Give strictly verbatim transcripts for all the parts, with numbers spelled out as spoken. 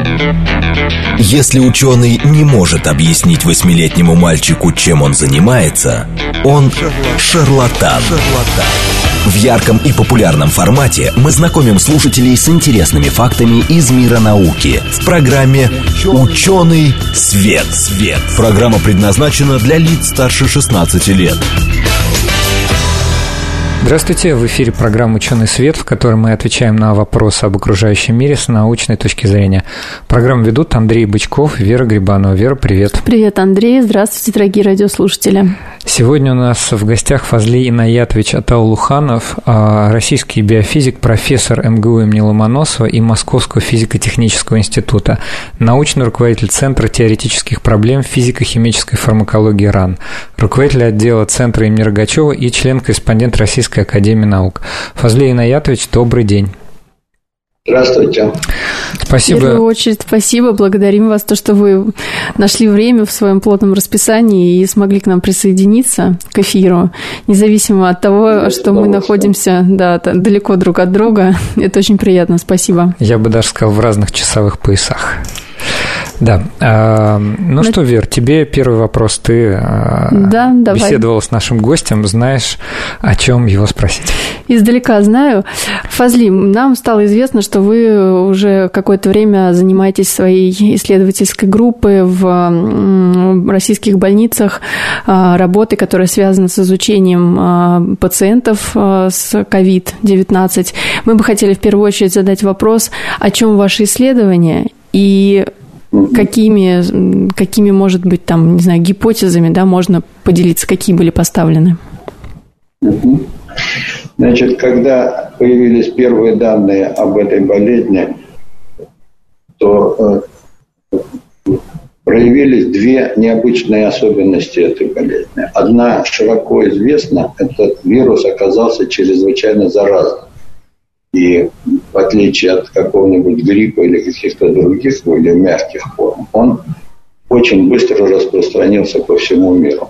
Если ученый не может объяснить восьмилетнему мальчику, чем он занимается, он шарлатан. В ярком и популярном формате мы знакомим слушателей с интересными фактами из мира науки в программе «Ученый свет». Свет. Программа предназначена для лиц старше шестнадцати лет. Здравствуйте, в эфире программа «Ученый свет», в которой мы отвечаем на вопросы об окружающем мире с научной точки зрения. Программу ведут Андрей Бычков, Вера Грибанова. Вера, привет. Привет, Андрей. Здравствуйте, дорогие радиослушатели. Сегодня у нас в гостях Фазли Инаятович Атаулуханов, российский биофизик, профессор эм гэ у имени Ломоносова и Московского физико-технического института, научный руководитель Центра теоретических проблем физико-химической фармакологии РАН, руководитель отдела Центра имени Рогачева и член-корреспондент Российской академии наук. Фазли Инаятович, добрый день. Здравствуйте. Спасибо. В первую очередь, спасибо. Благодарим вас, то, что вы нашли время в своем плотном расписании и смогли к нам присоединиться к эфиру, независимо от того, Я что мы находимся да, далеко друг от друга. Это очень приятно. Спасибо. Я бы даже сказал, в разных часовых поясах. Да. А, ну Но... что, Вер, тебе первый вопрос. Ты да, беседовала с нашим гостем, знаешь, о чем его спросить? Издалека знаю. Фазли, нам стало известно, что вы уже какое-то время занимаетесь своей исследовательской группой в российских больницах, работой, которая связана с изучением пациентов с ковид девятнадцать. Мы бы хотели в первую очередь задать вопрос, о чем ваши исследования и какими, какими, может быть, там, не знаю, гипотезами, да, можно поделиться, какие были поставлены? Значит, когда появились первые данные об этой болезни, то э, проявились две необычные особенности этой болезни. Одна широко известна, этот вирус оказался чрезвычайно заразным. И в отличие от какого-нибудь гриппа или каких-то других более мягких форм, он очень быстро распространился по всему миру.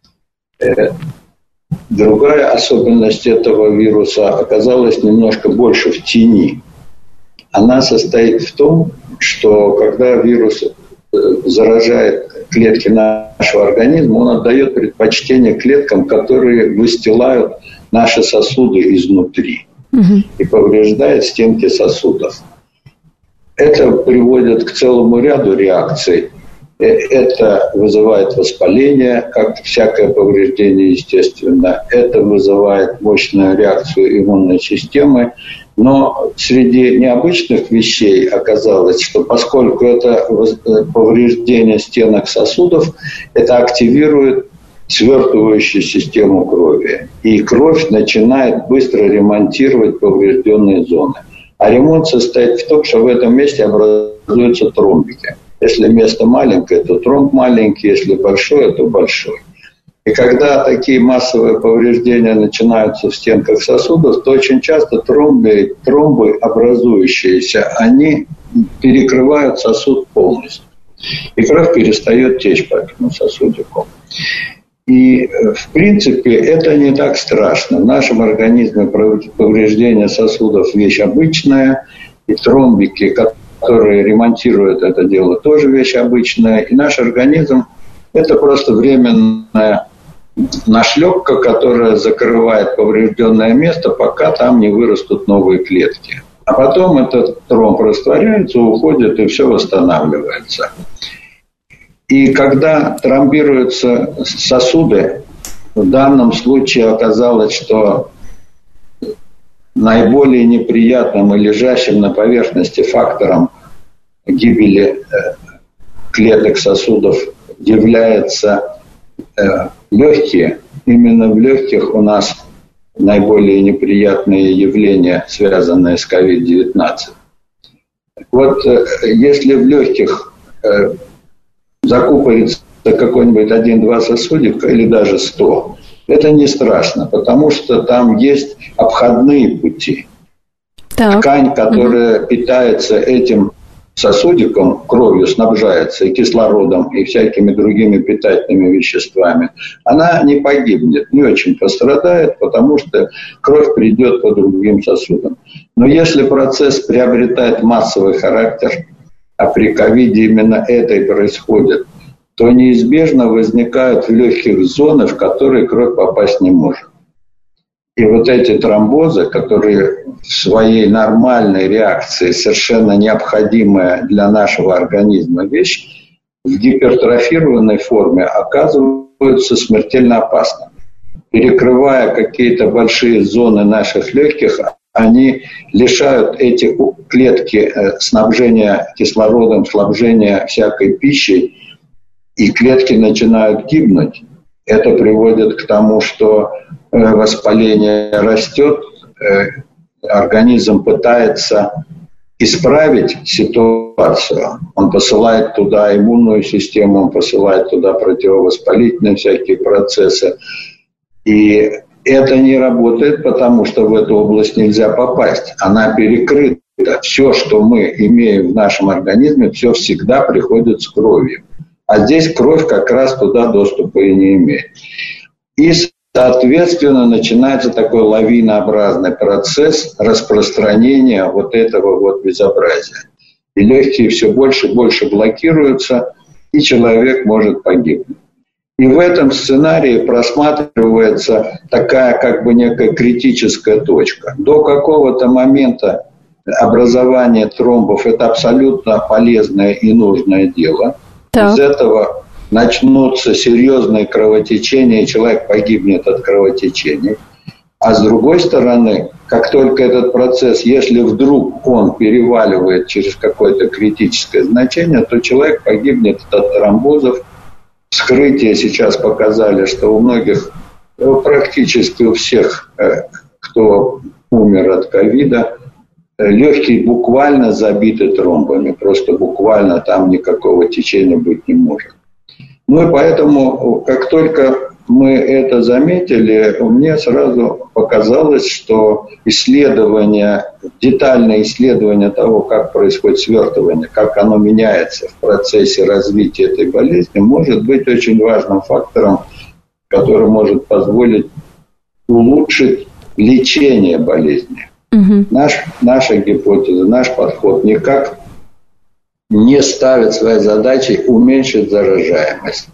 Другая особенность этого вируса оказалась немножко больше в тени. Она состоит в том, что когда вирус заражает клетки нашего организма, он отдает предпочтение клеткам, которые выстилают наши сосуды изнутри и повреждает стенки сосудов. Это приводит к целому ряду реакций. Это вызывает воспаление, как всякое повреждение, естественно. Это вызывает мощную реакцию иммунной системы. Но среди необычных вещей оказалось, что поскольку это повреждение стенок сосудов, это активирует свертывающую систему крови. И кровь начинает быстро ремонтировать поврежденные зоны. А ремонт состоит в том, что в этом месте образуются тромбики. Если место маленькое, то тромб маленький, если большое, то большой. И когда такие массовые повреждения начинаются в стенках сосудов, то очень часто тромбы, тромбы образующиеся, они перекрывают сосуд полностью. И кровь перестает течь по этому сосудику. И, в принципе, это не так страшно. В нашем организме повреждение сосудов – вещь обычная, и тромбики, которые ремонтируют это дело, тоже вещь обычная. И наш организм – это просто временная нашлепка, которая закрывает поврежденное место, пока там не вырастут новые клетки. А потом этот тромб растворяется, уходит, и все восстанавливается. И когда тромбируются сосуды, в данном случае оказалось, что наиболее неприятным и лежащим на поверхности фактором гибели клеток сосудов являются легкие. Именно в легких у нас наиболее неприятные явления, связанные с ковид девятнадцать. Вот если в легких закупорится какой-нибудь один-два сосудика или даже сто, это не страшно, потому что там есть обходные пути. Так. Ткань, которая mm-hmm. питается этим сосудиком, кровью снабжается и кислородом, и всякими другими питательными веществами, она не погибнет, не очень пострадает, потому что кровь придет по другим сосудам. Но если процесс приобретает массовый характер, а при ковиде именно это и происходит, то неизбежно возникают в легких зоны, в которые кровь попасть не может. И вот эти тромбозы, которые в своей нормальной реакции, совершенно необходимая для нашего организма вещь, в гипертрофированной форме оказываются смертельно опасными. Перекрывая какие-то большие зоны наших легких, они лишают эти клетки снабжения кислородом, снабжения всякой пищей, и клетки начинают гибнуть. Это приводит к тому, что воспаление растет, организм пытается исправить ситуацию. Он посылает туда иммунную систему, он посылает туда противовоспалительные всякие процессы. И это не работает, потому что в эту область нельзя попасть. Она перекрыта. Все, что мы имеем в нашем организме, все всегда приходит с кровью. А здесь кровь как раз туда доступа и не имеет. И, соответственно, начинается такой лавинообразный процесс распространения вот этого вот безобразия. И легкие все больше и больше блокируются, и человек может погибнуть. И в этом сценарии просматривается такая как бы некая критическая точка. До какого-то момента образование тромбов – это абсолютно полезное и нужное дело. Так. Из этого начнутся серьезные кровотечения, и человек погибнет от кровотечений. А с другой стороны, как только этот процесс, если вдруг он переваливает через какое-то критическое значение, то человек погибнет от тромбозов. Вскрытия сейчас показали, что у многих, практически у всех, кто умер от ковида, легкие буквально забиты тромбами. Просто буквально там никакого течения быть не может. Ну и поэтому, как только мы это заметили, мне сразу показалось, что исследование, детальное исследование того, как происходит свертывание, как оно меняется в процессе развития этой болезни, может быть очень важным фактором, который может позволить улучшить лечение болезни. Угу. Наш, наша гипотеза, наш подход никак не ставит своей задачей уменьшить заражаемость,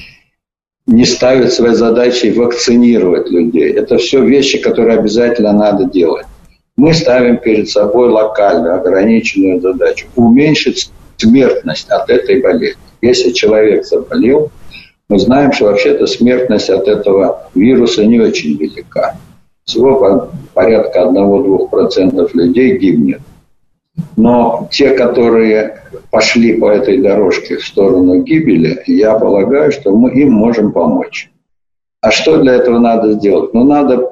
не ставит своей задачей вакцинировать людей. Это все вещи, которые обязательно надо делать. Мы ставим перед собой локальную, ограниченную задачу – уменьшить смертность от этой болезни. Если человек заболел, мы знаем, что вообще-то смертность от этого вируса не очень велика. Всего порядка одного-двух процентов людей гибнет. Но те, которые пошли по этой дорожке в сторону гибели, я полагаю, что мы им можем помочь. А что для этого надо сделать? Ну, надо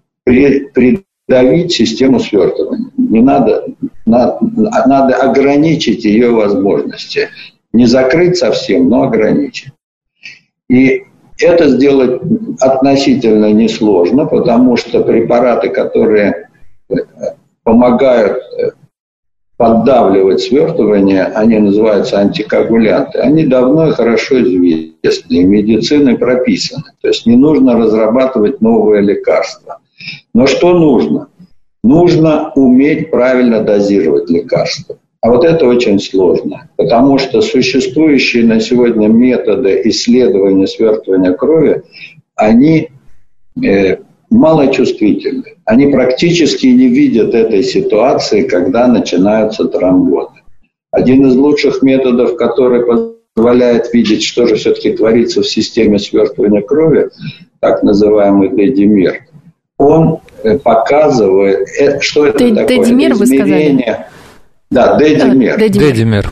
придавить систему свертывания. Не надо, надо, надо ограничить ее возможности. Не закрыть совсем, но ограничить. И это сделать относительно несложно, потому что препараты, которые помогают поддавливать свертывание, они называются антикоагулянты, они давно и хорошо известны, и медициной прописаны. То есть не нужно разрабатывать новые лекарства. Но что нужно? Нужно уметь правильно дозировать лекарства. А вот это очень сложно, потому что существующие на сегодня методы исследования свертывания крови, они э, малочувствительны. Они практически не видят этой ситуации, когда начинаются тромбозы. Один из лучших методов, который позволяет видеть, что же все-таки творится в системе свертывания крови, так называемый дедимер, он показывает, что это Д- такое дедимер, измерение. Да, дедимер. Дедимер.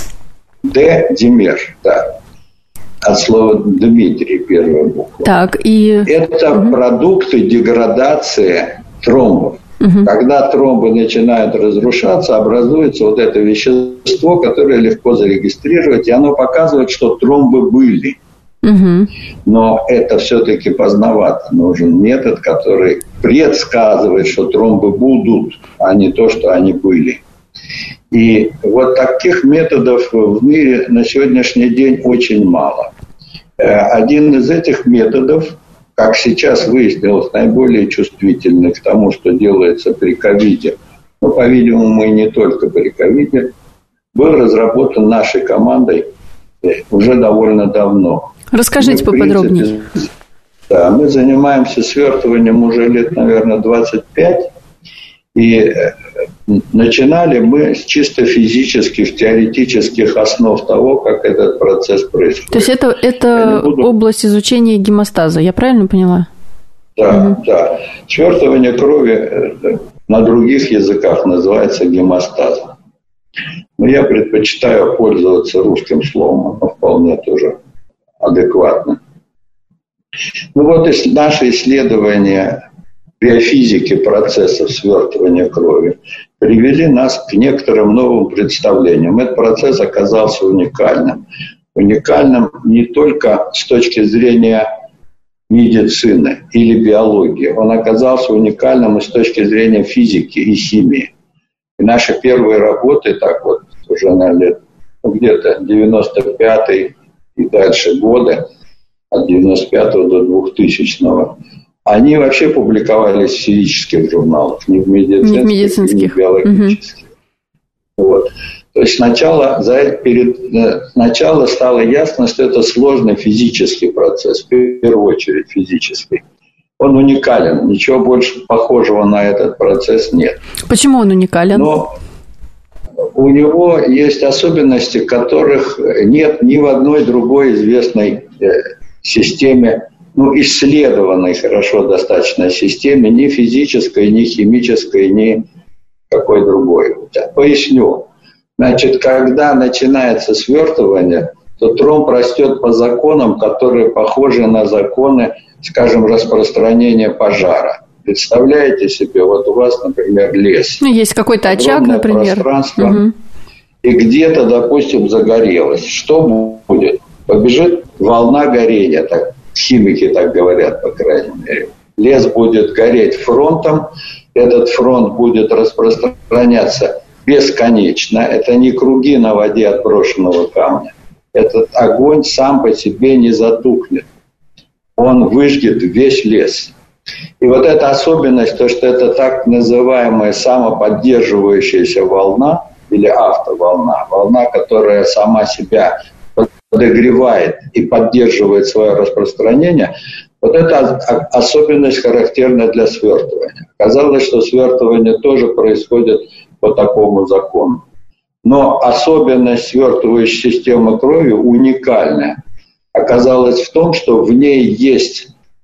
Дедимер, да. От слова Дмитрий, первая буква. Так, и... Это угу. продукты деградации тромбов. Угу. Когда тромбы начинают разрушаться, образуется вот это вещество, которое легко зарегистрировать, и оно показывает, что тромбы были. Угу. Но это все-таки поздновато. Нужен метод, который предсказывает, что тромбы будут, а не то, что они были. И вот таких методов в мире на сегодняшний день очень мало. Один из этих методов, как сейчас выяснилось, наиболее чувствительный к тому, что делается при ковиде, но, по-видимому, и не только при ковиде, был разработан нашей командой уже довольно давно. Расскажите мы, поподробнее. Принципе, да, мы занимаемся свертыванием уже лет, наверное, двадцать пять. И начинали мы с чисто физических, теоретических основ того, как этот процесс происходит. То есть это, это буду... область изучения гемостаза, я правильно поняла? Да, угу. да. Свертывание крови на других языках называется гемостазом. Но я предпочитаю пользоваться русским словом, оно вполне тоже адекватно. Ну вот наши исследования биофизики процессов свертывания крови привели нас к некоторым новым представлениям. Этот процесс оказался уникальным. Уникальным не только с точки зрения медицины или биологии. Он оказался уникальным и с точки зрения физики и химии. И наши первые работы, так вот, уже на лет, ну, где-то девяносто пятый и дальше годы, от девяносто пятого до двухтысячного, они вообще публиковались в физических журналах, не в медицинских, не в медицинских. Не в биологических. Угу. Вот. То есть сначала, за, перед, сначала стало ясно, что это сложный физический процесс, в первую очередь физический. Он уникален, ничего больше похожего на этот процесс нет. Почему он уникален? Но у него есть особенности, которых нет ни в одной другой известной системе, ну, исследованной хорошо достаточно системе, ни физической, ни химической, ни какой другой. Поясню. Значит, когда начинается свертывание, то тромб растет по законам, которые похожи на законы, скажем, распространения пожара. Представляете себе, вот у вас, например, лес. Ну, есть какой-то очаг, например. Пространство, угу. И где-то, допустим, загорелось. Что будет? Побежит волна горения, так, химики так говорят, по крайней мере. Лес будет гореть фронтом, этот фронт будет распространяться бесконечно. Это не круги на воде от брошенного камня. Этот огонь сам по себе не затухнет. Он выжгет весь лес. И вот эта особенность, то, что это так называемая самоподдерживающаяся волна или автоволна, волна, которая сама себя подогревает и поддерживает свое распространение, вот эта особенность характерна для свертывания. Оказалось, что свертывание тоже происходит по такому закону. Но особенность свертывающей системы крови уникальная. Оказалось в том, что в ней есть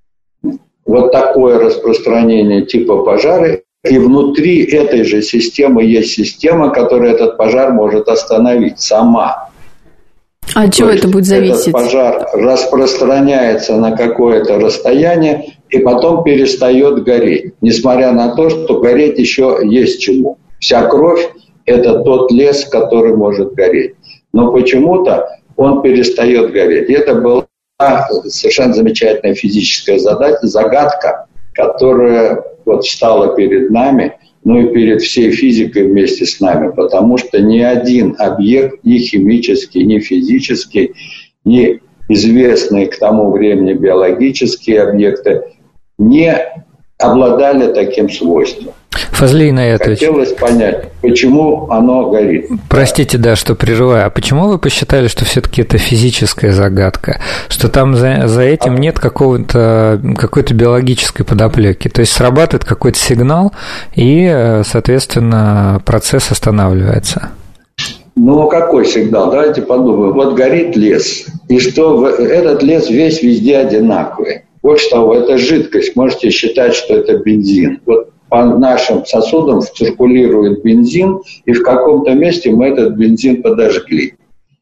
вот такое распространение типа пожара, и внутри этой же системы есть система, которая этот пожар может остановить сама. А от чего это будет зависеть? Этот пожар распространяется на какое-то расстояние и потом перестает гореть, несмотря на то, что гореть еще есть чему. Вся кровь – это тот лес, который может гореть. Но почему-то он перестает гореть. И это была совершенно замечательная физическая задача, загадка, которая вот встала перед нами, ну и перед всей физикой вместе с нами, потому что ни один объект, ни химический, ни физический, ни известные к тому времени биологические объекты не обладали таким свойством. Фазли Инаятович. Хотелось понять, почему оно горит. Простите, да, что прерываю. А почему вы посчитали, что все-таки это физическая загадка? Что там за, за этим нет какого-то, какой-то биологической подоплеки? То есть срабатывает какой-то сигнал, и, соответственно, процесс останавливается? Ну, какой сигнал? Давайте подумаем. Вот горит лес. И что этот лес весь везде одинаковый. Вот что, это жидкость. Можете считать, что это бензин. Вот по нашим сосудам циркулирует бензин, и в каком-то месте мы этот бензин подожгли.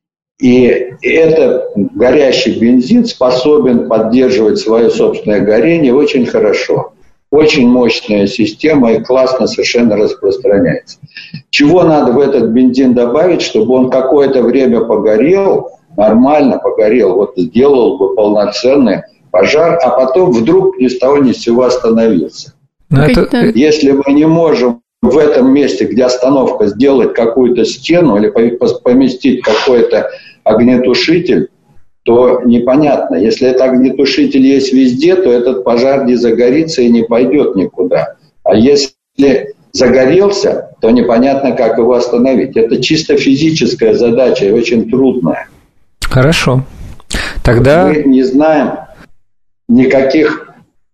И этот горящий бензин способен поддерживать свое собственное горение очень хорошо. Очень мощная система и классно совершенно распространяется. Чего надо в этот бензин добавить, чтобы он какое-то время погорел, нормально погорел, вот сделал бы полноценный пожар, а потом вдруг ни с того ни с сего остановился. Это... Если мы не можем в этом месте, где остановка, сделать какую-то стену или поместить какой-то огнетушитель, то непонятно. Если этот огнетушитель есть везде, то этот пожар не загорится и не пойдет никуда. А если загорелся, то непонятно, как его остановить. Это чисто физическая задача и очень трудная. Хорошо. Тогда... Мы не знаем никаких...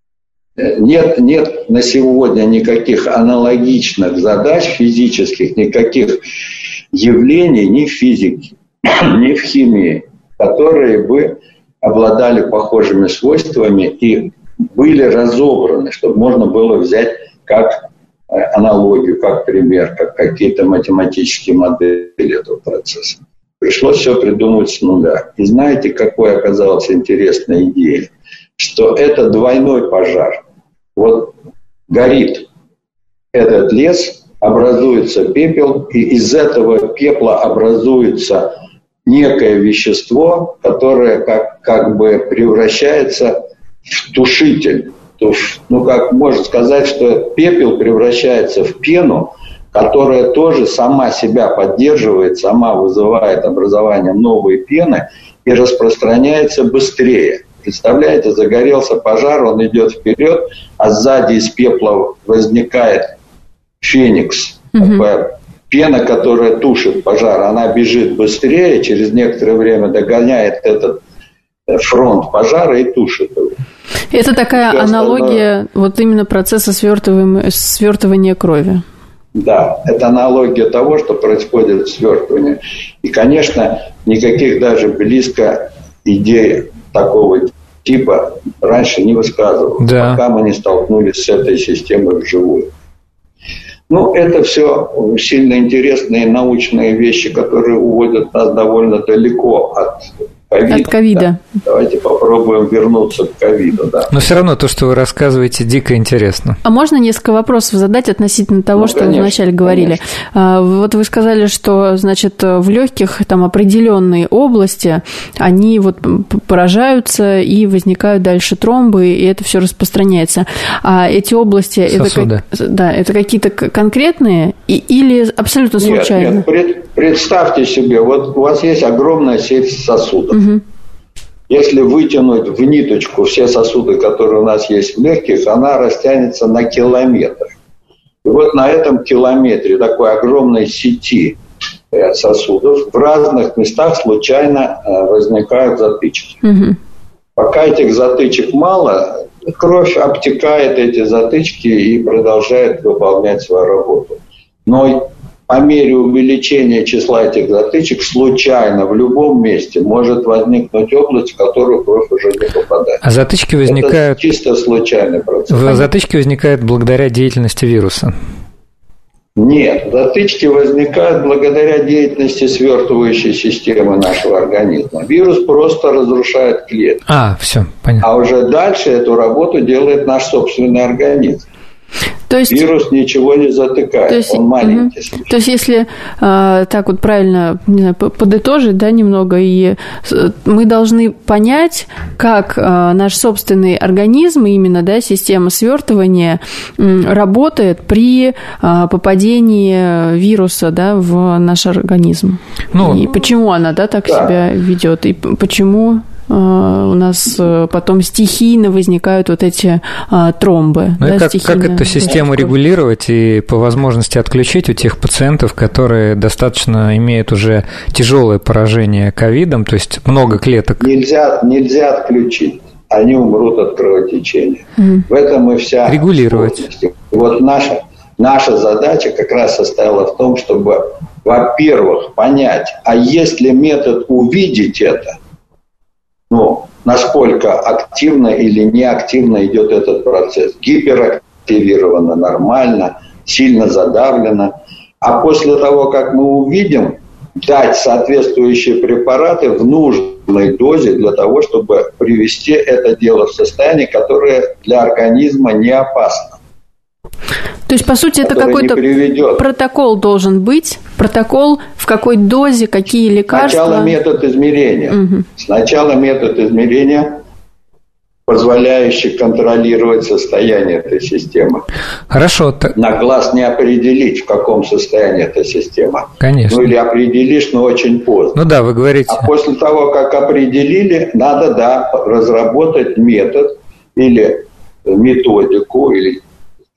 Нет, нет на сегодня никаких аналогичных задач физических, никаких явлений ни в физике, ни в химии, которые бы обладали похожими свойствами и были разобраны, чтобы можно было взять как аналогию, как пример, как какие-то математические модели этого процесса. Пришлось все придумывать с нуля. И знаете, какой оказалась интересная идея? Что это двойной пожар. Вот горит этот лес, образуется пепел, и из этого пепла образуется некое вещество, которое как, как бы превращается в тушитель. Ну, как можно сказать, что пепел превращается в пену, которая тоже сама себя поддерживает, сама вызывает образование новой пены и распространяется быстрее. Представляете, загорелся пожар, он идет вперед, а сзади из пепла возникает феникс. Mm-hmm. Такая пена, которая тушит пожар, она бежит быстрее, через некоторое время догоняет этот фронт пожара и тушит его. Это такая Все аналогия остальное... вот именно процесса свертывания, свертывания крови. Да, это аналогия того, что происходит в свертывании. И, конечно, никаких даже близко идей такого типа раньше не высказывалось, да. Пока мы не столкнулись с этой системой вживую. Ну, это все сильно интересные научные вещи, которые уводят нас довольно далеко от ковида. От ковида. Да. Давайте попробуем вернуться к ковиду. Да. Но все равно то, что вы рассказываете, дико интересно. А можно несколько вопросов задать относительно того, ну, что конечно, вы вначале говорили? Конечно. Вот вы сказали, что, значит, в легких там определенные области, они вот поражаются и возникают дальше тромбы, и это все распространяется. А эти области, это, да, это какие-то конкретные и, или абсолютно случайно? Нет, нет, пред, представьте себе, вот у вас есть огромная сеть сосудов. Угу. Если вытянуть в ниточку все сосуды, которые у нас есть в легких, она растянется на километр. И вот на этом километре такой огромной сети сосудов в разных местах случайно возникают затычки. Угу. Пока этих затычек мало, кровь обтекает эти затычки и продолжает выполнять свою работу. Но по мере увеличения числа этих затычек случайно в любом месте может возникнуть область, в которую кровь уже не попадает. А затычки возникают... Это чисто случайный процесс. Затычки возникают благодаря деятельности вируса? Нет, затычки возникают благодаря деятельности свертывающей системы нашего организма. Вирус просто разрушает клетки. А, все, понятно. А уже дальше эту работу делает наш собственный организм. То есть, вирус ничего не затыкает, есть, он маленький. Угу. То есть, если э, так вот правильно, не знаю, подытожить, да, немного, и мы должны понять, как э, наш собственный организм, именно, да, система свертывания э, работает при э, попадении вируса, да, в наш организм. Ну, и почему она, да, так да. себя ведет, и почему... у нас потом стихийно возникают вот эти а, тромбы. Ну да, и как, как эту систему регулировать и по возможности отключить у тех пациентов, которые достаточно имеют уже тяжелое поражение ковидом, то есть много клеток? Нельзя, нельзя отключить. Они умрут от кровотечения. Mm. В этом и вся регулировать. Сложность. Вот наша, наша задача как раз состояла в том, чтобы, во-первых, понять, а есть ли метод увидеть это, ну, насколько активно или неактивно идет этот процесс. Гиперактивировано, нормально, сильно задавлено. А после того, как мы увидим, дать соответствующие препараты в нужной дозе для того, чтобы привести это дело в состояние, которое для организма не опасно. То есть, по сути, это какой-то протокол должен быть, протокол, в какой дозе, какие лекарства. Сначала метод измерения. Угу. Сначала метод измерения, позволяющий контролировать состояние этой системы. Хорошо. На глаз не определить, в каком состоянии эта система. Конечно. Ну, или определишь, но очень поздно. Ну да, вы говорите. А после того, как определили, надо, да, разработать метод или методику, или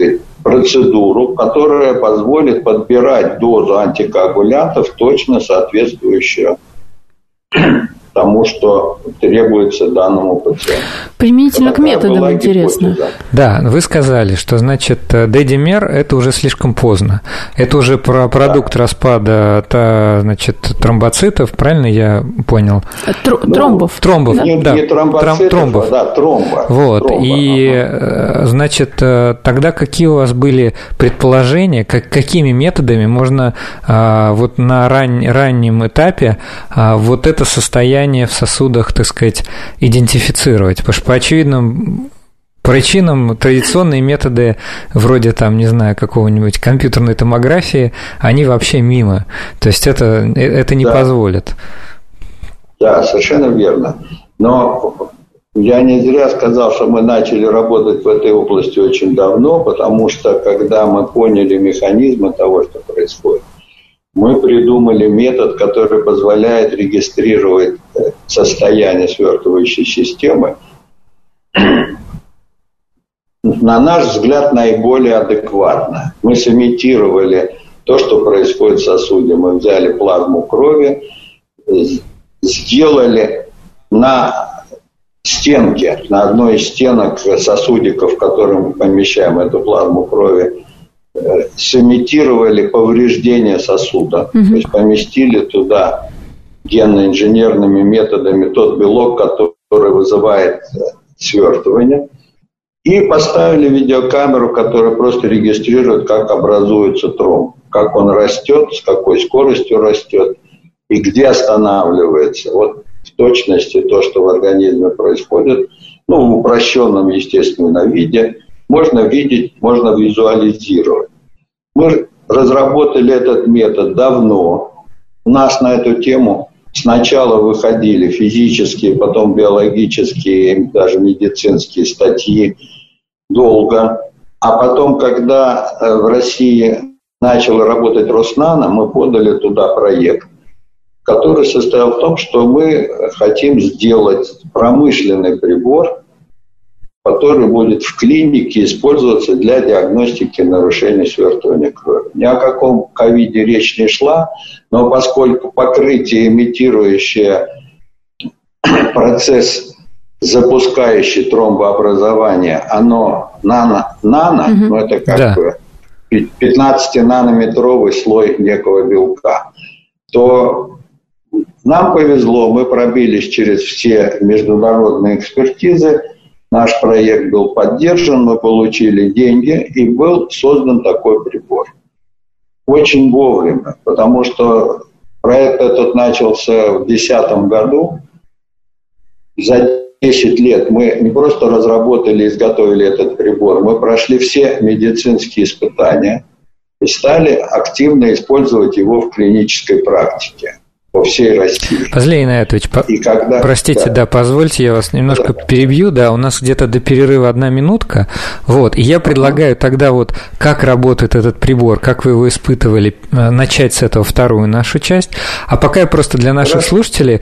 процедуру, которая позволит подбирать дозу антикоагулянтов, точно соответствующую тому, что требуется данному пациенту. Применительно это к методам интересно. Гипотеза. Да, вы сказали, что, значит, дедимер – это уже слишком поздно. Это уже про продукт да. распада та, значит, тромбоцитов, правильно я понял? Тр- ну, тромбов. Тромбов, не, да. Не тромбоцитов, тромбов. А, да, тромба. Вот, тромба, и, ага. значит, тогда какие у вас были предположения, как, какими методами можно а, вот на ран, раннем этапе а, вот это состояние в сосудах, так сказать, идентифицировать? Потому что по очевидным причинам традиционные методы вроде, там, не знаю, какого-нибудь компьютерной томографии, они вообще мимо. То есть это, это не да. позволит. Да, совершенно верно. Но я не зря сказал, что мы начали работать в этой области очень давно, потому что когда мы поняли механизмы того, что происходит, мы придумали метод, который позволяет регистрировать состояние свертывающей системы, на наш взгляд, наиболее адекватно. Мы сымитировали то, что происходит в сосуде. Мы взяли плазму крови, сделали на стенке, на одной из стенок сосудиков, в которые мы помещаем эту плазму крови, сымитировали повреждение сосуда, mm-hmm. то есть поместили туда генно-инженерными методами тот белок, который вызывает свертывание, и поставили видеокамеру, которая просто регистрирует, как образуется тромб, как он растет, с какой скоростью растет и где останавливается. Вот в точности то, что в организме происходит, ну, в упрощенном, естественно, виде, можно видеть, можно визуализировать. Мы разработали этот метод давно. У нас на эту тему сначала выходили физические, потом биологические, даже медицинские статьи долго. А потом, когда в России начал работать Роснано, мы подали туда проект, который состоял в том, что мы хотим сделать промышленный прибор, который будет в клинике использоваться для диагностики нарушений свертывания крови. Ни о каком ковиде речь не шла, но поскольку покрытие, имитирующее процесс, запускающий тромбообразование, оно нано, нано mm-hmm. ну это как да. бы пятнадцатинанометровый слой некого белка, то нам повезло, мы пробились через все международные экспертизы. Наш проект был поддержан, мы получили деньги, и был создан такой прибор. Очень вовремя, потому что проект этот начался в две тысячи десятом году. За десять лет мы не просто разработали и изготовили этот прибор, мы прошли все медицинские испытания и стали активно использовать его в клинической практике по всей России. Фазлей Инаятович, по... когда... простите, да. да, позвольте, я вас немножко да. перебью, да, у нас где-то до перерыва одна минутка, вот, и я предлагаю тогда вот, как работает этот прибор, как вы его испытывали, начать с этого вторую нашу часть, а пока я просто для наших Хорошо. слушателей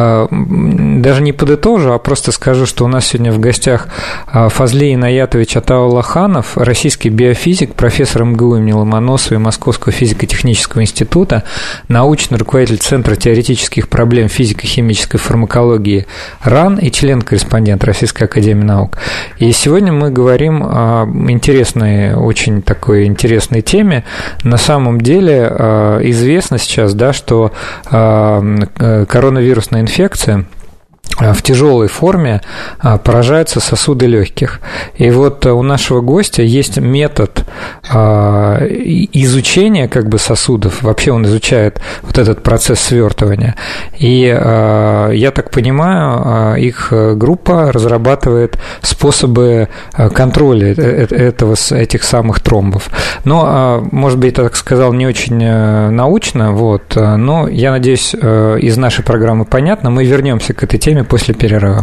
даже не подытожу, а просто скажу, что у нас сегодня в гостях Фазлей Инаятович Атауллаханов, российский биофизик, профессор эм гэ у имени Ломоносова и Московского физико-технического института, научный руководитель Центра теоретических проблем физико-химической фармакологии РАН и член-корреспондент Российской академии наук. И сегодня мы говорим о интересной, очень такой интересной теме. На самом деле известно сейчас, да, что коронавирусная инфекция в тяжелой форме поражаются сосуды легких. И вот у нашего гостя есть метод изучения как бы сосудов. Вообще он изучает вот этот процесс свертывания. И я так понимаю, их группа разрабатывает способы контроля этого, этих самых тромбов. Но, может быть, я так сказал, не очень научно, вот, но я надеюсь, из нашей программы понятно. Мы вернемся к этой теме после перерыва.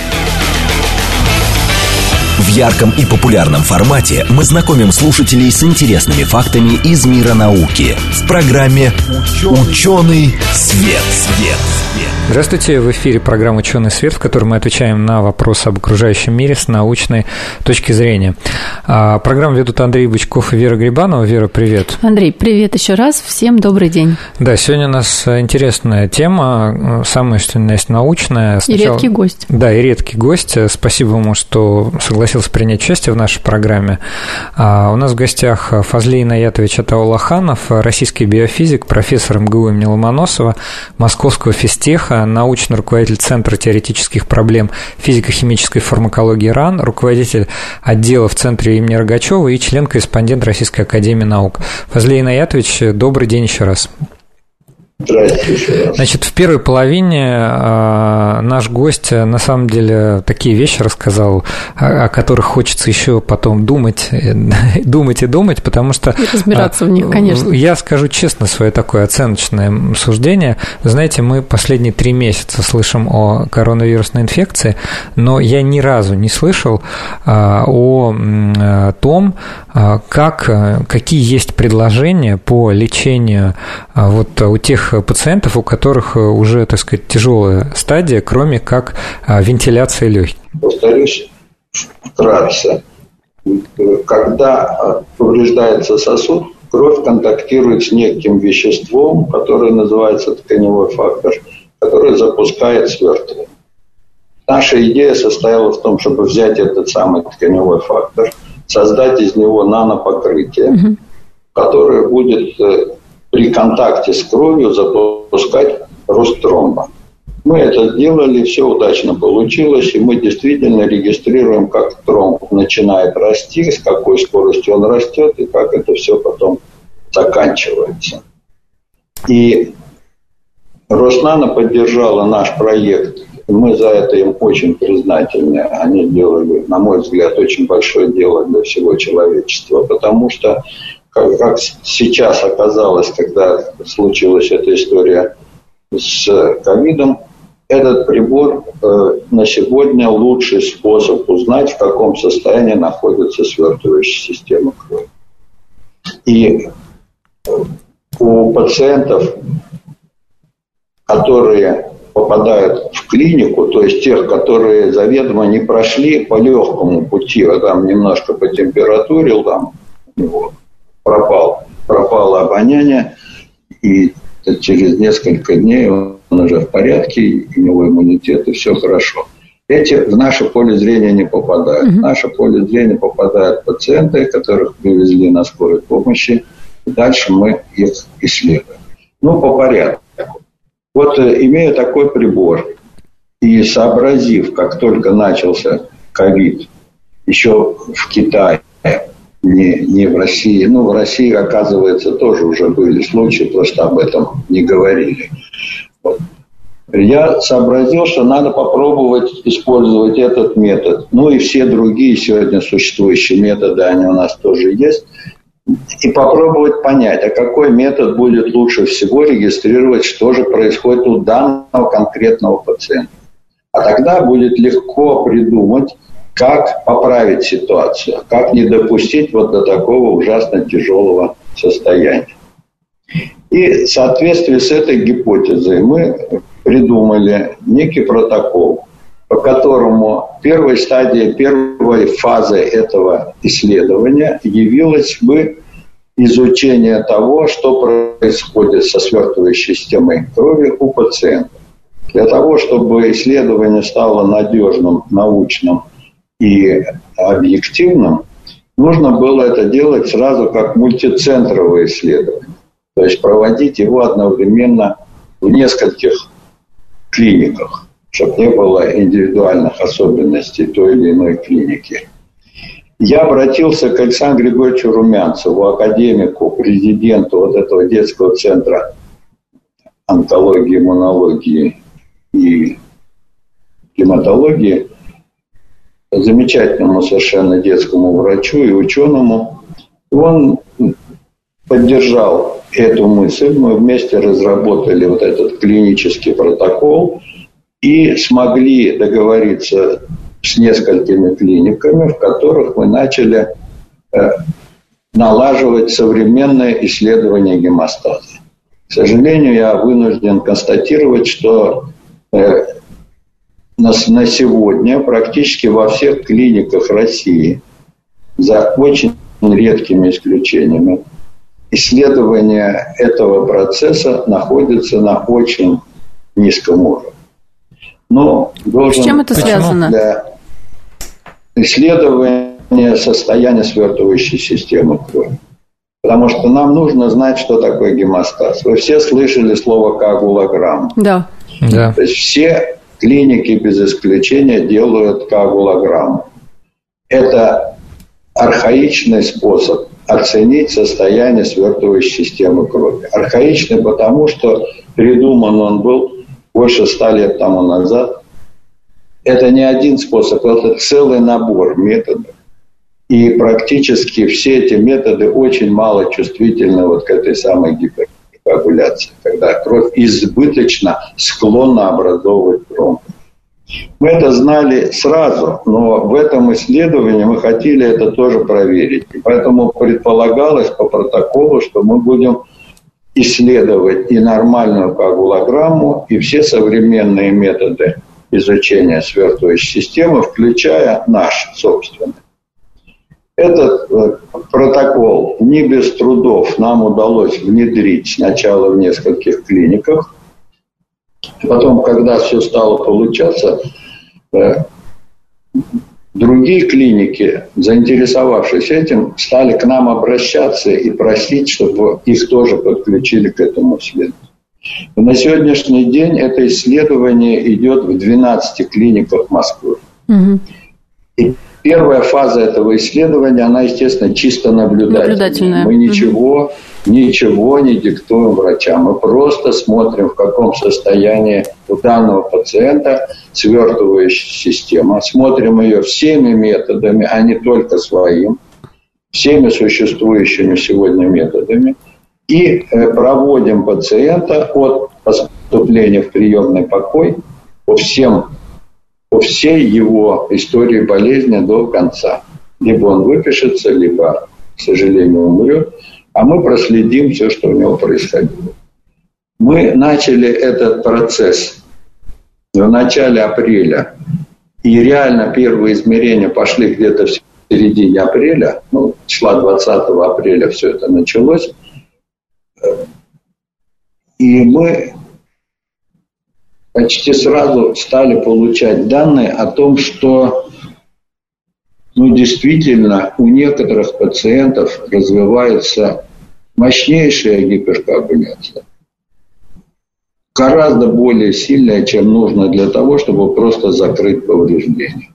В ярком и популярном формате мы знакомим слушателей с интересными фактами из мира науки в программе «Ученый свет». свет. свет. Здравствуйте, в эфире программа «Ученый свет», в которой мы отвечаем на вопросы об окружающем мире с научной точки зрения. Программу ведут Андрей Бычков и Вера Грибанова. Вера, привет. Андрей, привет еще раз, всем добрый день. Да, сегодня у нас интересная тема, самая что ни на есть научная. Сначала... И редкий гость. Да, и редкий гость. Спасибо ему, что согласился принять участие в нашей программе. У нас в гостях Фазли Инаятович Атауллаханов, российский биофизик, профессор эм гэ у имени Ломоносова, Московского физтеха, научный руководитель Центра теоретических проблем физико-химической фармакологии РАН, руководитель отдела в Центре имени Рогачева и член-корреспондент Российской академии наук. Фазли Инаятович, добрый день еще раз. Здравствуйте. Значит, в первой половине э, наш гость на самом деле такие вещи рассказал, о, о которых хочется еще потом думать, думать и думать, потому что... И разбираться э, в них, конечно. Я скажу честно свое такое оценочное суждение. Вы знаете, мы последние три месяца слышим о коронавирусной инфекции, но я ни разу не слышал э, о э, том, э, как, э, какие есть предложения по лечению э, вот у тех пациентов, у которых уже, так сказать, тяжелая стадия, кроме как вентиляции легких. Повторюсь вкратце. Когда повреждается сосуд, кровь контактирует с неким веществом, которое называется тканевой фактор, который запускает свертывание. Наша идея состояла в том, чтобы взять этот самый тканевой фактор, создать из него нанопокрытие, угу. которое будет при контакте с кровью запускать рост тромба. Мы это сделали, все удачно получилось, и мы действительно регистрируем, как тромб начинает расти, с какой скоростью он растет, и как это все потом заканчивается. И Роснано поддержала наш проект, и мы за это им очень признательны. Они делали, на мой взгляд, очень большое дело для всего человечества, потому что Как, как сейчас оказалось, когда случилась эта история с ковидом, этот прибор э, на сегодня лучший способ узнать, в каком состоянии находится свертывающая система крови. И у пациентов, которые попадают в клинику, то есть тех, которые заведомо не прошли по легкому пути, а там немножко по температуре, там у него пропал, пропало обоняние, и через несколько дней он уже в порядке, у него иммунитет, и все хорошо. Эти в наше поле зрения не попадают. В наше поле зрения попадают пациенты, которых привезли на скорой помощи, и дальше мы их исследуем. Ну, по порядку. Вот, имея такой прибор, и сообразив, как только начался ковид, еще в Китае, Не, не в России. Ну, в России, оказывается, тоже уже были случаи, просто об этом не говорили. Вот. Я сообразил, что надо попробовать использовать этот метод. Ну, и все другие сегодня существующие методы, они у нас тоже есть. И попробовать понять, а какой метод будет лучше всего регистрировать, что же происходит у данного конкретного пациента. А тогда будет легко придумать, как поправить ситуацию, как не допустить вот до такого ужасно тяжелого состояния. И в соответствии с этой гипотезой мы придумали некий протокол, по которому первой стадией, первой фазой этого исследования явилось бы изучение того, что происходит со свертывающей системой крови у пациента. Для того, чтобы исследование стало надежным, научным и объективным, нужно было это делать сразу как мультицентровое исследование. То есть проводить его одновременно в нескольких клиниках, чтобы не было индивидуальных особенностей той или иной клиники. Я обратился к Александру Григорьевичу Румянцеву, академику, президенту вот этого детского центра онкологии, иммунологии и гематологии, замечательному совершенно детскому врачу и ученому. Он поддержал эту мысль. Мы вместе разработали вот этот клинический протокол и смогли договориться с несколькими клиниками, в которых мы начали э, налаживать современное исследование гемостаза. К сожалению, я вынужден констатировать, что на сегодня практически во всех клиниках России, за очень редкими исключениями, исследование этого процесса находится на очень низком уровне. Но должен с чем это связано? Для исследования состояния свертывающей системы крови. Потому что нам нужно знать, что такое гемостаз. Вы все слышали слово коагулограмма. Да. да. То есть все клиники без исключения делают коагулограмму. Это архаичный способ оценить состояние свертывающей системы крови. Архаичный потому, что придуман он был больше ста лет тому назад. Это не один способ, это целый набор методов. И практически все эти методы очень мало чувствительны вот к этой самой гиперкоагуляции, когда кровь избыточно склонна образовывать тромбы. Мы это знали сразу, но в этом исследовании мы хотели это тоже проверить. И поэтому предполагалось по протоколу, что мы будем исследовать и нормальную коагулограмму, и все современные методы изучения свертывающей системы, включая наш собственный. Этот э, протокол не без трудов нам удалось внедрить сначала в нескольких клиниках. Потом, когда все стало получаться, э, другие клиники, заинтересовавшись этим, стали к нам обращаться и просить, чтобы их тоже подключили к этому исследованию. И на сегодняшний день это исследование идет в двенадцати клиниках Москвы. Угу. И первая фаза этого исследования, она, естественно, чисто наблюдательная. наблюдательная. Мы ничего, ничего не диктуем врачам. Мы просто смотрим, в каком состоянии у данного пациента свертывающая система. Смотрим ее всеми методами, а не только своим. Всеми существующими сегодня методами. И проводим пациента от поступления в приемный покой по всем по всей его истории болезни до конца. Либо он выпишется, либо, к сожалению, умрет, а мы проследим все, что у него происходило. Мы начали этот процесс в начале апреля, и реально первые измерения пошли где-то в середине апреля, ну, числа двадцатого апреля все это началось, и мы почти сразу стали получать данные о том, что ну, действительно у некоторых пациентов развивается мощнейшая гиперкоагуляция. Гораздо более сильная, чем нужно для того, чтобы просто закрыть повреждения.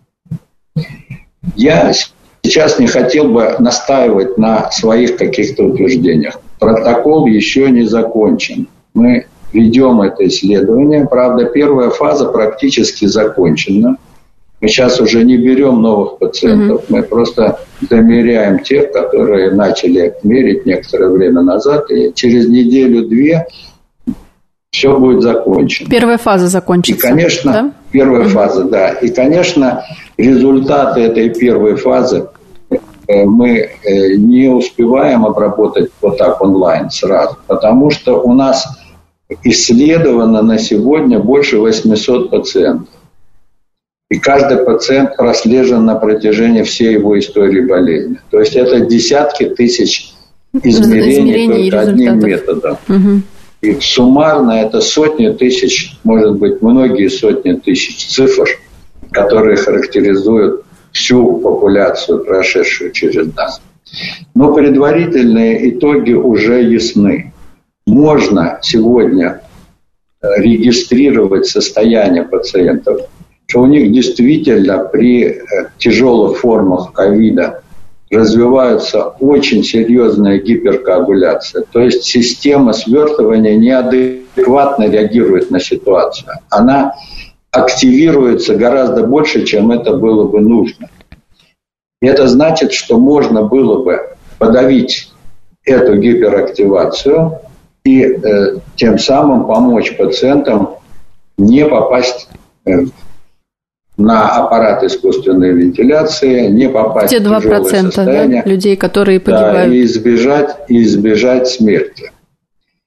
Я сейчас не хотел бы настаивать на своих каких-то утверждениях. Протокол еще не закончен. Мы ведем это исследование. Правда, первая фаза практически закончена. Мы сейчас уже не берем новых пациентов. Mm-hmm. Мы просто замеряем тех, которые начали мерить некоторое время назад. И через неделю-две все будет закончено. Первая фаза закончится. И, конечно, да? первая mm-hmm. фаза, да. И, конечно, результаты этой первой фазы мы не успеваем обработать вот так онлайн сразу. Потому что у нас исследовано на сегодня больше восьмисот пациентов. И каждый пациент прослежен на протяжении всей его истории болезни. То есть это десятки тысяч измерений, измерений только одним методом. Угу. И суммарно это сотни тысяч, может быть, многие сотни тысяч цифр, которые характеризуют всю популяцию, прошедшую через нас. Но предварительные итоги уже ясны. Можно сегодня регистрировать состояние пациентов, что у них действительно при тяжелых формах ковида развивается очень серьезная гиперкоагуляция. То есть система свертывания неадекватно реагирует на ситуацию. Она активируется гораздо больше, чем это было бы нужно. И это значит, что можно было бы подавить эту гиперактивацию и э, тем самым помочь пациентам не попасть э, на аппарат искусственной вентиляции, не попасть те в тяжелое состояние, да, людей, которые погибают. Да, и избежать, и избежать смерти.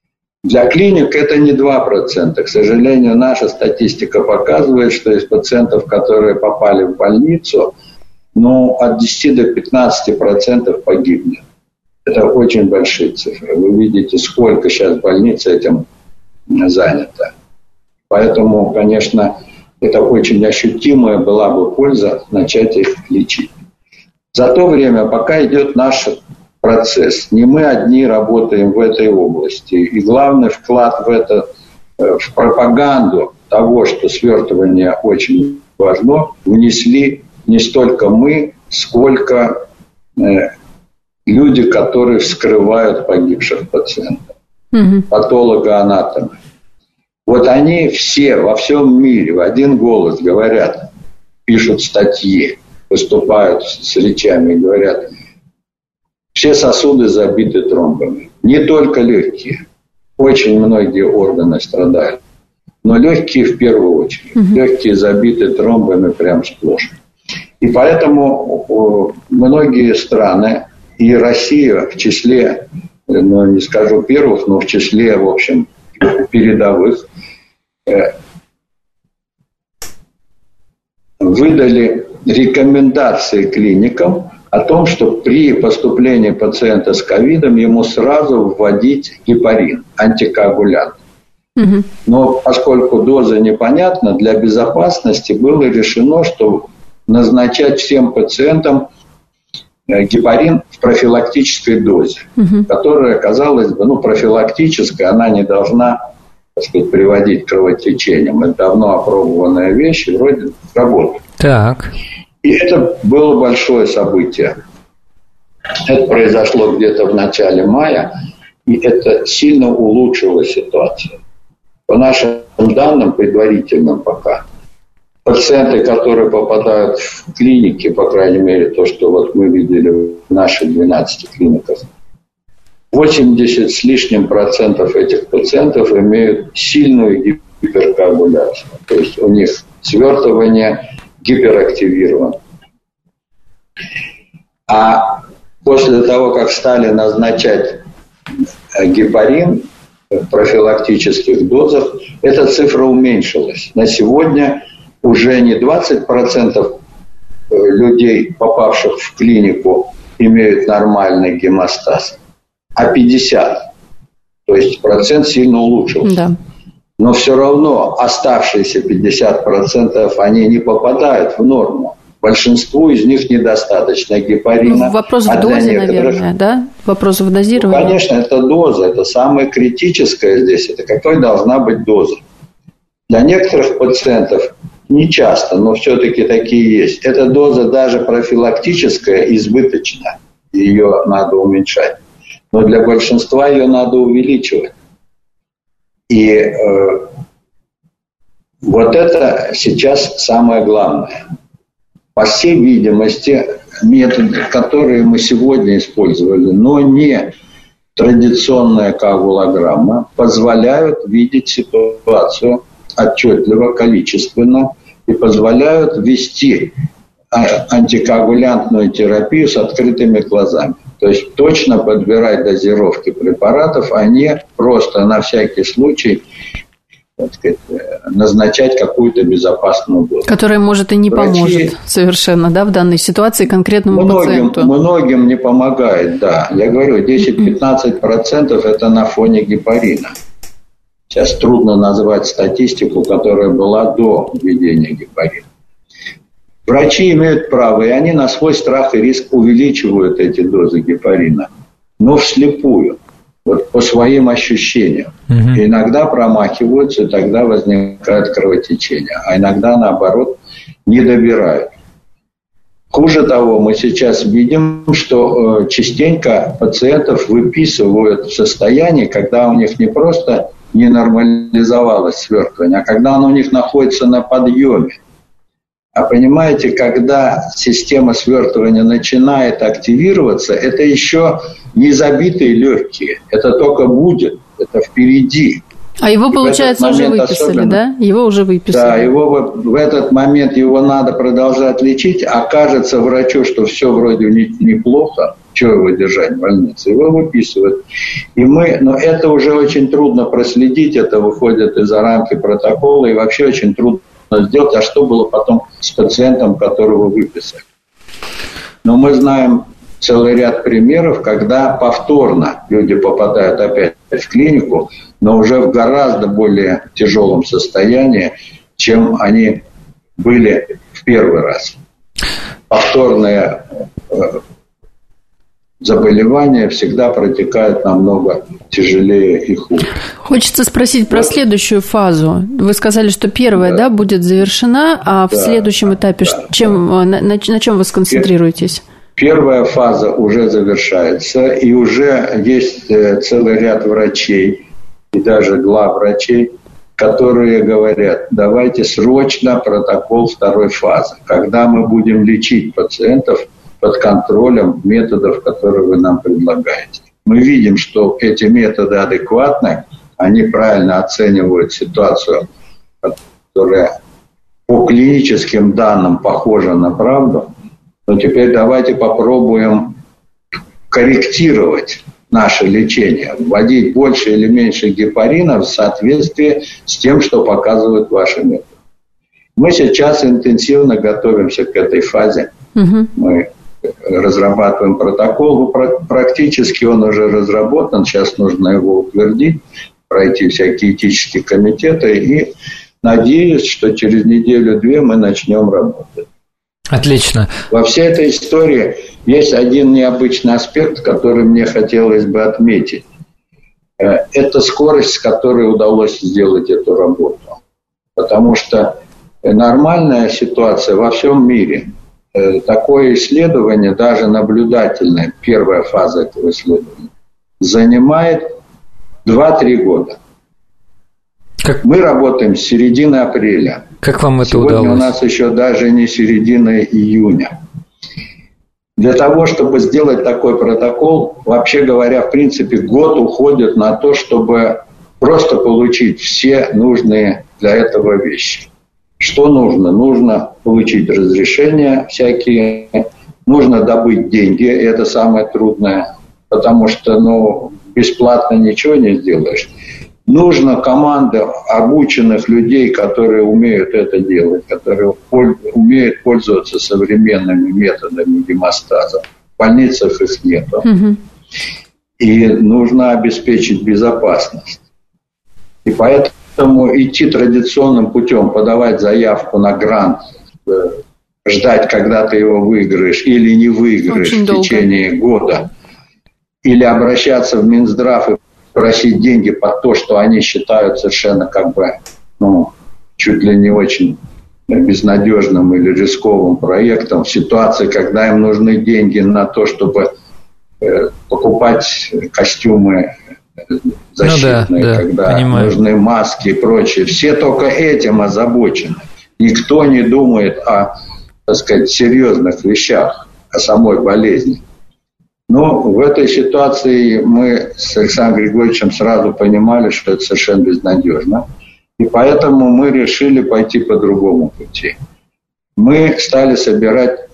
Для клиник это не два процента. К сожалению, наша статистика показывает, что из пациентов, которые попали в больницу, ну, от десяти до пятнадцати процентов погибнет. Это очень большие цифры. Вы видите, сколько сейчас больниц этим занято. Поэтому, конечно, это очень ощутимая была бы польза начать их лечить. За то время, пока идет наш процесс, не мы одни работаем в этой области. И главный вклад в это, в пропаганду того, что свертывание очень важно, внесли не столько мы, сколько э, люди, которые вскрывают погибших пациентов, угу. патологоанатомы. Вот они все во всем мире в один голос говорят, пишут статьи, выступают с речами и говорят, все сосуды забиты тромбами. Не только легкие. Очень многие органы страдают. Но легкие в первую очередь. Угу. Легкие забиты тромбами прям сплошь. И поэтому многие страны, и Россия в числе, ну, не скажу первых, но в числе, в общем, передовых, выдали рекомендации клиникам о том, что при поступлении пациента с ковидом ему сразу вводить гепарин, антикоагулянт. Угу. Но поскольку доза непонятна, для безопасности было решено, что назначать всем пациентам гепарин в профилактической дозе, угу. которая, казалось бы, ну, профилактическая, она не должна, так сказать, приводить к кровотечениям. Это давно опробованная вещь, и вроде работает. Так. И это было большое событие. Это произошло где-то в начале мая, и это сильно улучшило ситуацию. По нашим данным, предварительным пока, пациенты, которые попадают в клиники, по крайней мере, то, что вот мы видели в наших двенадцати клиниках, восемьдесят с лишним процентов этих пациентов имеют сильную гиперкоагуляцию. То есть у них свертывание гиперактивировано. А после того, как стали назначать гепарин в профилактических дозах, эта цифра уменьшилась. На сегодня уже не двадцать процентов людей, попавших в клинику, имеют нормальный гемостаз, а пятьдесят процентов. То есть процент сильно улучшился. Да. Но все равно оставшиеся пятьдесят процентов, они не попадают в норму. Большинству из них недостаточно гепарина. Вопрос в дозе, некоторых... наверное, да? Вопрос в дозировании. Ну, конечно, это доза. Это самое критическое здесь. Это какой должна быть доза. Для некоторых пациентов, не часто, но все-таки такие есть, эта доза даже профилактическая избыточна. Ее надо уменьшать. Но для большинства ее надо увеличивать. И э, вот это сейчас самое главное. По всей видимости, методы, которые мы сегодня использовали, но не традиционная коагулограмма, позволяют видеть ситуацию отчетливо, количественно и позволяют вести антикоагулянтную терапию с открытыми глазами. То есть точно подбирать дозировки препаратов, а не просто на всякий случай, так сказать, назначать какую-то безопасную дозу. Которая, может, и не Врачи... поможет совершенно, да, в данной ситуации конкретному многим, пациенту. Многим не помогает, да. Я говорю, десять-пятнадцать процентов это на фоне гепарина. Сейчас трудно назвать статистику, которая была до введения гепарина. Врачи имеют право, и они на свой страх и риск увеличивают эти дозы гепарина, но вслепую, вот по своим ощущениям. Угу. И иногда промахиваются, и тогда возникает кровотечение, а иногда, наоборот, не добирают. Хуже того, мы сейчас видим, что частенько пациентов выписывают в состоянии, когда у них не просто не нормализовалось свертывание, а когда оно у них находится на подъеме. А понимаете, когда система свертывания начинает активироваться, это еще не забитые легкие. Это только будет, это впереди. А его, и получается, уже выписали, особенно, да? Его уже выписали. Да, его в этот момент его надо продолжать лечить, а кажется врачу, что все вроде неплохо, Чего его держать в больнице? Его выписывают. И мы, но это уже очень трудно проследить, это выходит из-за рамки протокола, и вообще очень трудно сделать, а что было потом с пациентом, которого выписали. Но мы знаем целый ряд примеров, когда повторно люди попадают опять в клинику, но уже в гораздо более тяжелом состоянии, чем они были в первый раз. Повторные заболевания всегда протекают намного тяжелее и хуже. Хочется спросить про вот. Следующую фазу. Вы сказали, что первая да. Да, будет завершена, а да, в следующем этапе да, чем, да. На, на, на чем вы сконцентрируетесь? Первая фаза уже завершается, и уже есть целый ряд врачей, и даже главврачей, которые говорят, давайте срочно протокол второй фазы, когда мы будем лечить пациентов под контролем методов, которые вы нам предлагаете. Мы видим, что эти методы адекватны, они правильно оценивают ситуацию, которая по клиническим данным похожа на правду. Но теперь давайте попробуем корректировать наше лечение, вводить больше или меньше гепарина в соответствии с тем, что показывают ваши методы. Мы сейчас интенсивно готовимся к этой фазе. Угу. Мы разрабатываем протокол. Практически он уже разработан. Сейчас нужно его утвердить, пройти всякие этические комитеты. И надеюсь, что через неделю-две мы начнем работать. Отлично. Во всей этой истории есть один необычный аспект, который мне хотелось бы отметить. Это скорость, с которой удалось сделать эту работу. Потому что нормальная ситуация во всем мире, такое исследование, даже наблюдательное, первая фаза этого исследования, занимает два-три года. Как... Мы работаем с середины апреля. Как вам это Сегодня удалось? У нас еще даже не середина июня. Для того, чтобы сделать такой протокол, вообще говоря, в принципе, год уходит на то, чтобы просто получить все нужные для этого вещи. Что нужно? Нужно получить разрешения всякие, нужно добыть деньги, и это самое трудное, потому что ну, бесплатно ничего не сделаешь. Нужна команда обученных людей, которые умеют это делать, которые умеют пользоваться современными методами гемостаза. В больницах их нету. Угу. И нужно обеспечить безопасность. И поэтому идти традиционным путем, подавать заявку на грант, ждать, когда ты его выиграешь или не выиграешь Очень в долго. течение года, или обращаться в Минздрав и просить деньги под то, что они считают совершенно как бы, ну, чуть ли не очень безнадежным или рисковым проектом в ситуации, когда им нужны деньги на то, чтобы э, покупать костюмы защитные, ну да, да, когда понимаю. нужны маски и прочее. Все только этим озабочены. Никто не думает о, так сказать, серьезных вещах, о самой болезни. Но в этой ситуации мы с Александром Григорьевичем сразу понимали, что это совершенно безнадежно. И поэтому мы решили пойти по другому пути. Мы стали собирать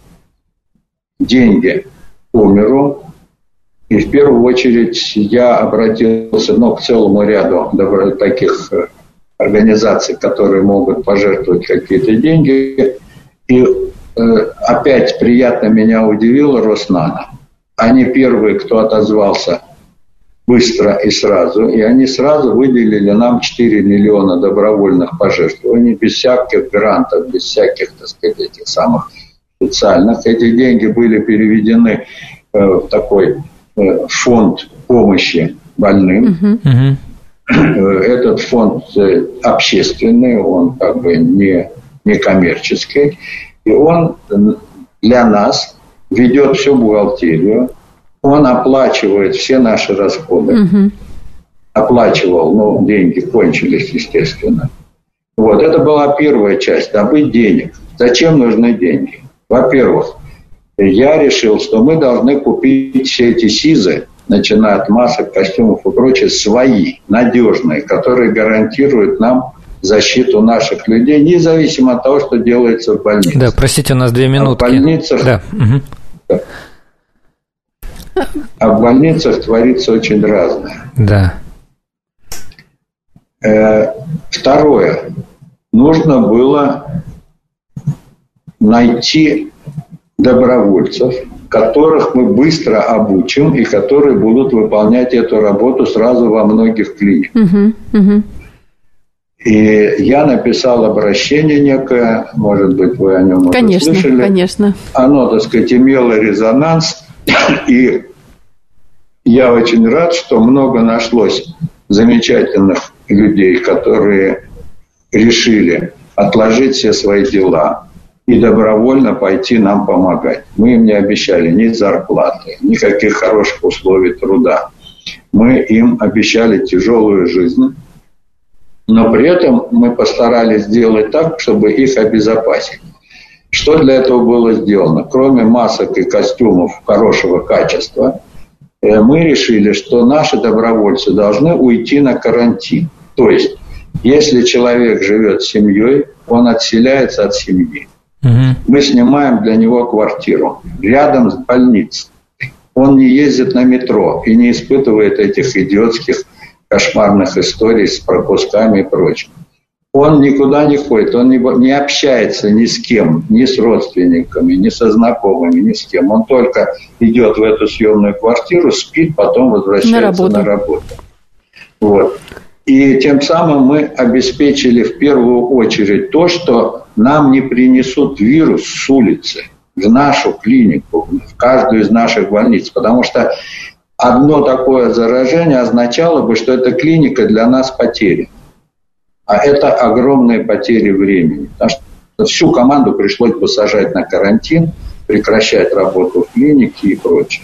деньги по миру. И в первую очередь я обратился ну, к целому ряду таких организаций, которые могут пожертвовать какие-то деньги. И э, опять приятно меня удивило Роснано. Они первые, кто отозвался быстро и сразу. И они сразу выделили нам четыре миллиона добровольных пожертвований, без всяких грантов, без всяких, так сказать, этих самых специальных. Эти деньги были переведены э, в такой э, фонд помощи больным. Uh-huh. Этот фонд э, общественный, он как бы не, не коммерческий. И он для нас ведет всю бухгалтерию, он оплачивает все наши расходы. Угу. Оплачивал, но деньги кончились, естественно. Вот, это была первая часть, добыть денег. Зачем нужны деньги? Во-первых, я решил, что мы должны купить все эти СИЗы, начиная от масок, костюмов и прочее, свои, надежные, которые гарантируют нам защиту наших людей, независимо от того, что делается в больнице. Да, простите, у нас две минуты. А в больницах... Да. Угу. А в больницах творится очень разное. Да. Второе. Нужно было найти добровольцев, которых мы быстро обучим и которые будут выполнять эту работу сразу во многих клиниках. Uh-huh, uh-huh. И я написал обращение некое, может быть, вы о нем конечно, уже слышали. Конечно, Оно, так сказать, имело резонанс, и я очень рад, что много нашлось замечательных людей, которые решили отложить все свои дела и добровольно пойти нам помогать. Мы им не обещали ни зарплаты, никаких хороших условий труда. Мы им обещали тяжелую жизнь, но при этом мы постарались сделать так, чтобы их обезопасить. Что для этого было сделано? Кроме масок и костюмов хорошего качества, мы решили, что наши добровольцы должны уйти на карантин. То есть, если человек живет с семьей, он отселяется от семьи. Угу. Мы снимаем для него квартиру рядом с больницей. Он не ездит на метро и не испытывает этих идиотских кошмарных историй с пропусками и прочим. Он никуда не ходит, он не, не общается ни с кем, ни с родственниками, ни со знакомыми, ни с кем. Он только идет в эту съемную квартиру, спит, потом возвращается на работу. На работу. Вот. И тем самым мы обеспечили в первую очередь то, что нам не принесут вирус с улицы в нашу клинику, в каждую из наших больниц. Потому что одно такое заражение означало бы, что эта клиника для нас потеряна. А это огромные потери времени. Потому что всю команду пришлось посажать на карантин, прекращать работу в клинике и прочее.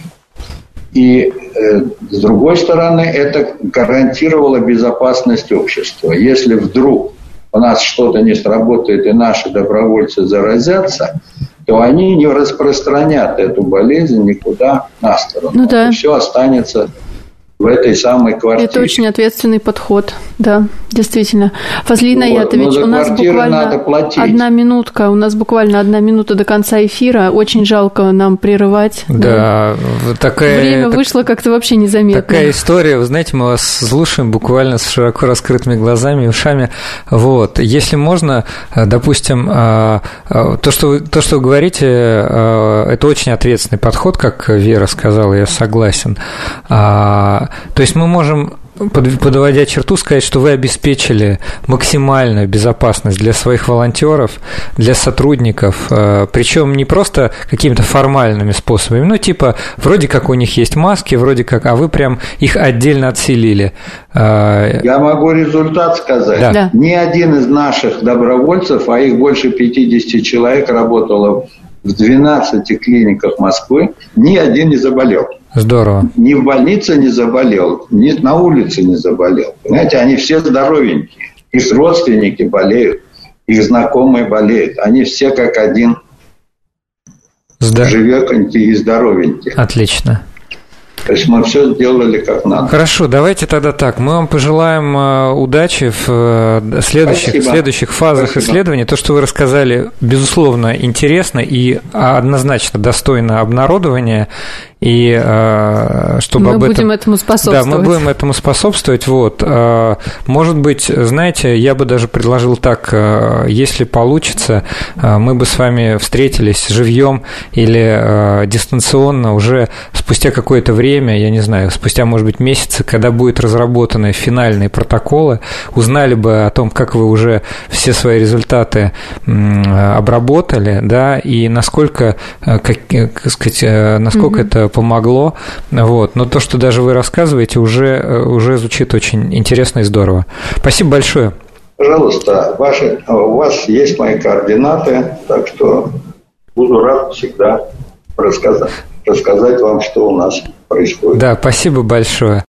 И э, с другой стороны, это гарантировало безопасность общества. Если вдруг у нас что-то не сработает и наши добровольцы заразятся, то они не распространят эту болезнь никуда на сторону. Ну да. Все останется в этой самой квартире. Это очень ответственный подход, да, действительно. Фазли Наятович, вот, у нас буквально одна минутка, у нас буквально одна минута до конца эфира. Очень жалко нам прерывать. Да, да. Такая... Время так, вышло как-то вообще незаметно. Такая история, вы знаете, мы вас слушаем буквально с широко раскрытыми глазами и ушами. Вот. Если можно, допустим, то, что вы, то, что вы говорите, это очень ответственный подход, как Вера сказала, я согласен. То есть мы можем, подводя черту, сказать, что вы обеспечили максимальную безопасность для своих волонтеров, для сотрудников, причем не просто какими-то формальными способами, ну типа вроде как у них есть маски, вроде как, а вы прям их отдельно отселили. Я могу результат сказать. Да. Да. Ни один из наших добровольцев, а их больше пятьдесят человек работало в двенадцати клиниках Москвы, ни один не заболел. Здорово. Ни в больнице не заболел, ни на улице не заболел. Понимаете, они все здоровенькие. Их родственники болеют, их знакомые болеют. Они все как один Здор... живёконькие и здоровенькие. Отлично. То есть мы все сделали как надо. Хорошо, давайте тогда так. Мы вам пожелаем удачи в следующих, следующих фазах Спасибо. исследований. То, что вы рассказали, безусловно, интересно и однозначно достойно обнародования. И чтобы мы об этом... будем этому способствовать. Да, мы будем этому способствовать. Вот. Может быть, знаете, я бы даже предложил так, если получится, мы бы с вами встретились живьем или дистанционно уже спустя какое-то время, я не знаю, спустя, может быть, месяцы, когда будут разработаны финальные протоколы, узнали бы о том, как вы уже все свои результаты обработали, да, и насколько, как, как сказать, насколько mm-hmm. это помогло, вот. Но то, что даже вы рассказываете, уже, уже звучит очень интересно и здорово. Спасибо большое. Пожалуйста, ваши, у вас есть мои координаты, так что буду рад всегда рассказать, рассказать вам, что у нас происходит. Да, спасибо большое.